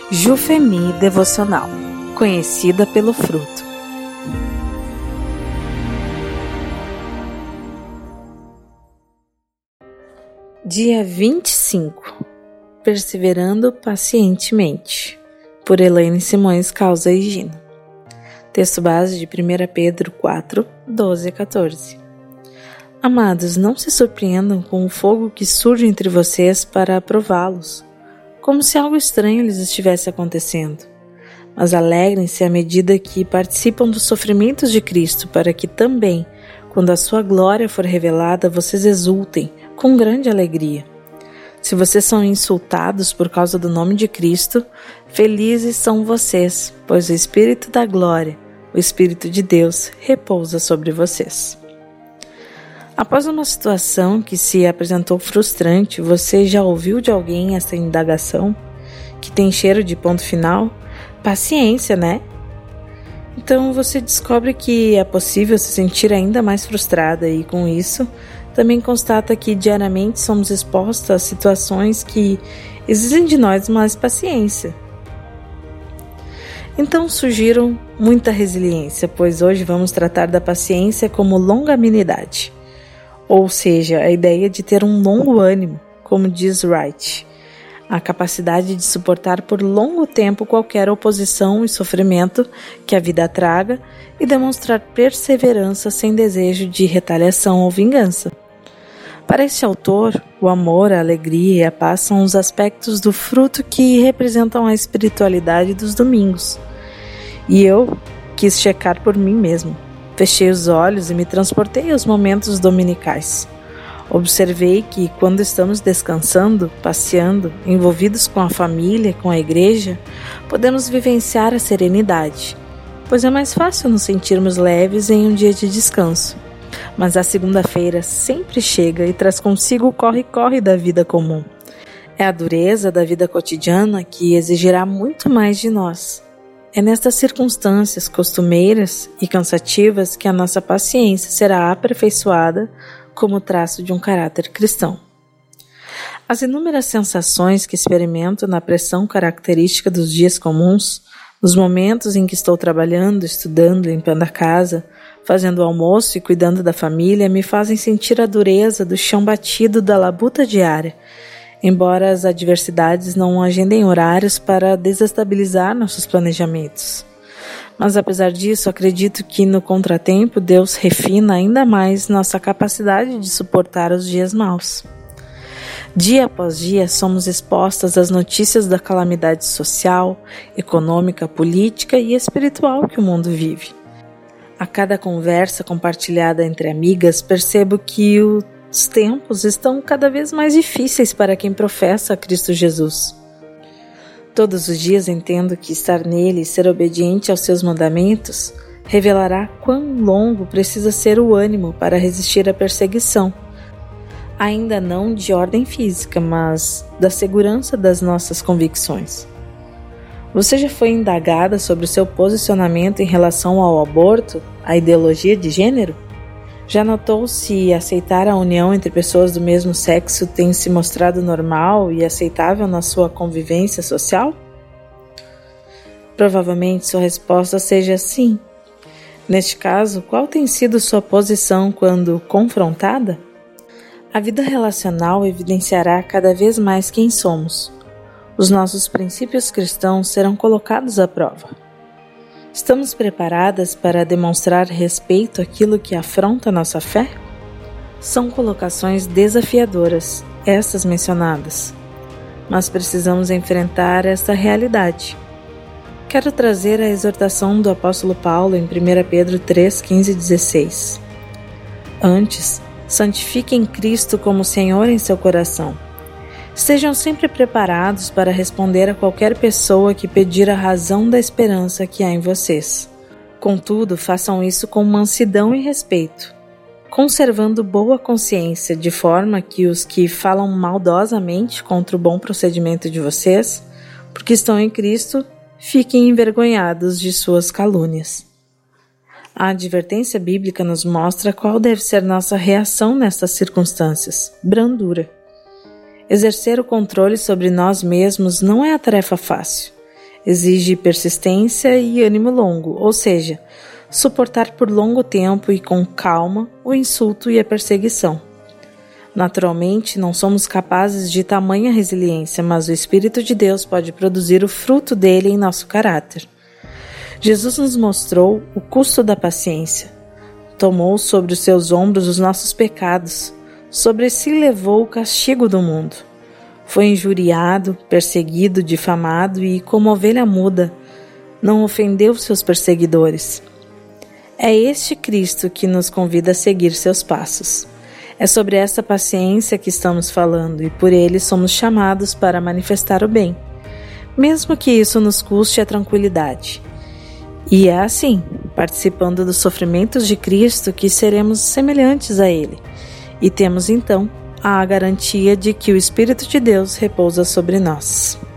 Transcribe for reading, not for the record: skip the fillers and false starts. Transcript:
Jufemi Devocional, conhecida pelo fruto. Dia 25. Perseverando pacientemente, por Elaine Simões Causa e Gina. Texto base de 1 Pedro 4, 12 a 14. Amados, não se surpreendam com o fogo que surge entre vocês para aprová-los, como se algo estranho lhes estivesse acontecendo. Mas alegrem-se à medida que participam dos sofrimentos de Cristo, para que também, quando a sua glória for revelada, vocês exultem com grande alegria. Se vocês são insultados por causa do nome de Cristo, felizes são vocês, pois o Espírito da glória, o Espírito de Deus, repousa sobre vocês. Após uma situação que se apresentou frustrante, você já ouviu de alguém essa indagação, que tem cheiro de ponto final? Paciência, né? Então você descobre que é possível se sentir ainda mais frustrada e, com isso, também constata que diariamente somos expostos a situações que exigem de nós mais paciência. Então surgiram muita resiliência, pois hoje vamos tratar da paciência como longanimidade. Ou seja, a ideia de ter um longo ânimo, como diz Wright, a capacidade de suportar por longo tempo qualquer oposição e sofrimento que a vida traga e demonstrar perseverança sem desejo de retaliação ou vingança. Para este autor, o amor, a alegria e a paz são os aspectos do fruto que representam a espiritualidade dos domingos. E eu quis checar por mim mesmo. Fechei os olhos e me transportei aos momentos dominicais. Observei que, quando estamos descansando, passeando, envolvidos com a família, com a igreja, podemos vivenciar a serenidade, pois é mais fácil nos sentirmos leves em um dia de descanso. Mas a segunda-feira sempre chega e traz consigo o corre-corre da vida comum. É a dureza da vida cotidiana que exigirá muito mais de nós. É nestas circunstâncias costumeiras e cansativas que a nossa paciência será aperfeiçoada como traço de um caráter cristão. As inúmeras sensações que experimento na pressão característica dos dias comuns, nos momentos em que estou trabalhando, estudando, limpando a casa, fazendo o almoço e cuidando da família, me fazem sentir a dureza do chão batido da labuta diária, embora as adversidades não agendem horários para desestabilizar nossos planejamentos. Mas apesar disso, acredito que no contratempo Deus refina ainda mais nossa capacidade de suportar os dias maus. Dia após dia somos expostas às notícias da calamidade social, econômica, política e espiritual que o mundo vive. A cada conversa compartilhada entre amigas, percebo que os tempos estão cada vez mais difíceis para quem professa a Cristo Jesus. Todos os dias entendo que estar nele e ser obediente aos seus mandamentos revelará quão longo precisa ser o ânimo para resistir à perseguição, ainda não de ordem física, mas da segurança das nossas convicções. Você já foi indagada sobre o seu posicionamento em relação ao aborto, à ideologia de gênero? Já notou se aceitar a união entre pessoas do mesmo sexo tem se mostrado normal e aceitável na sua convivência social? Provavelmente sua resposta seja sim. Neste caso, qual tem sido sua posição quando confrontada? A vida relacional evidenciará cada vez mais quem somos. Os nossos princípios cristãos serão colocados à prova. Estamos preparadas para demonstrar respeito àquilo que afronta nossa fé? São colocações desafiadoras, estas mencionadas, mas precisamos enfrentar esta realidade. Quero trazer a exortação do apóstolo Paulo em 1 Pedro 3, 15 e 16. Antes, santifiquem Cristo como Senhor em seu coração. Estejam sempre preparados para responder a qualquer pessoa que pedir a razão da esperança que há em vocês. Contudo, façam isso com mansidão e respeito, conservando boa consciência, de forma que os que falam maldosamente contra o bom procedimento de vocês, porque estão em Cristo, fiquem envergonhados de suas calúnias. A advertência bíblica nos mostra qual deve ser nossa reação nestas circunstâncias: brandura. Exercer o controle sobre nós mesmos não é a tarefa fácil, Exige persistência e ânimo longo, ou seja, suportar por longo tempo e com calma o insulto e a perseguição. Naturalmente, não somos capazes de tamanha resiliência, mas o Espírito de Deus pode produzir o fruto dele em nosso caráter. Jesus nos mostrou o custo da paciência. Tomou sobre os seus ombros os nossos pecados, sobre si levou o castigo do mundo. Foi injuriado, perseguido, difamado e, como ovelha muda, não ofendeu seus perseguidores. É este Cristo que nos convida a seguir seus passos. É sobre essa paciência que estamos falando e por ele somos chamados para manifestar o bem, mesmo que isso nos custe a tranquilidade. E é assim, participando dos sofrimentos de Cristo, que seremos semelhantes a ele e temos então a garantia de que o Espírito de Deus repousa sobre nós.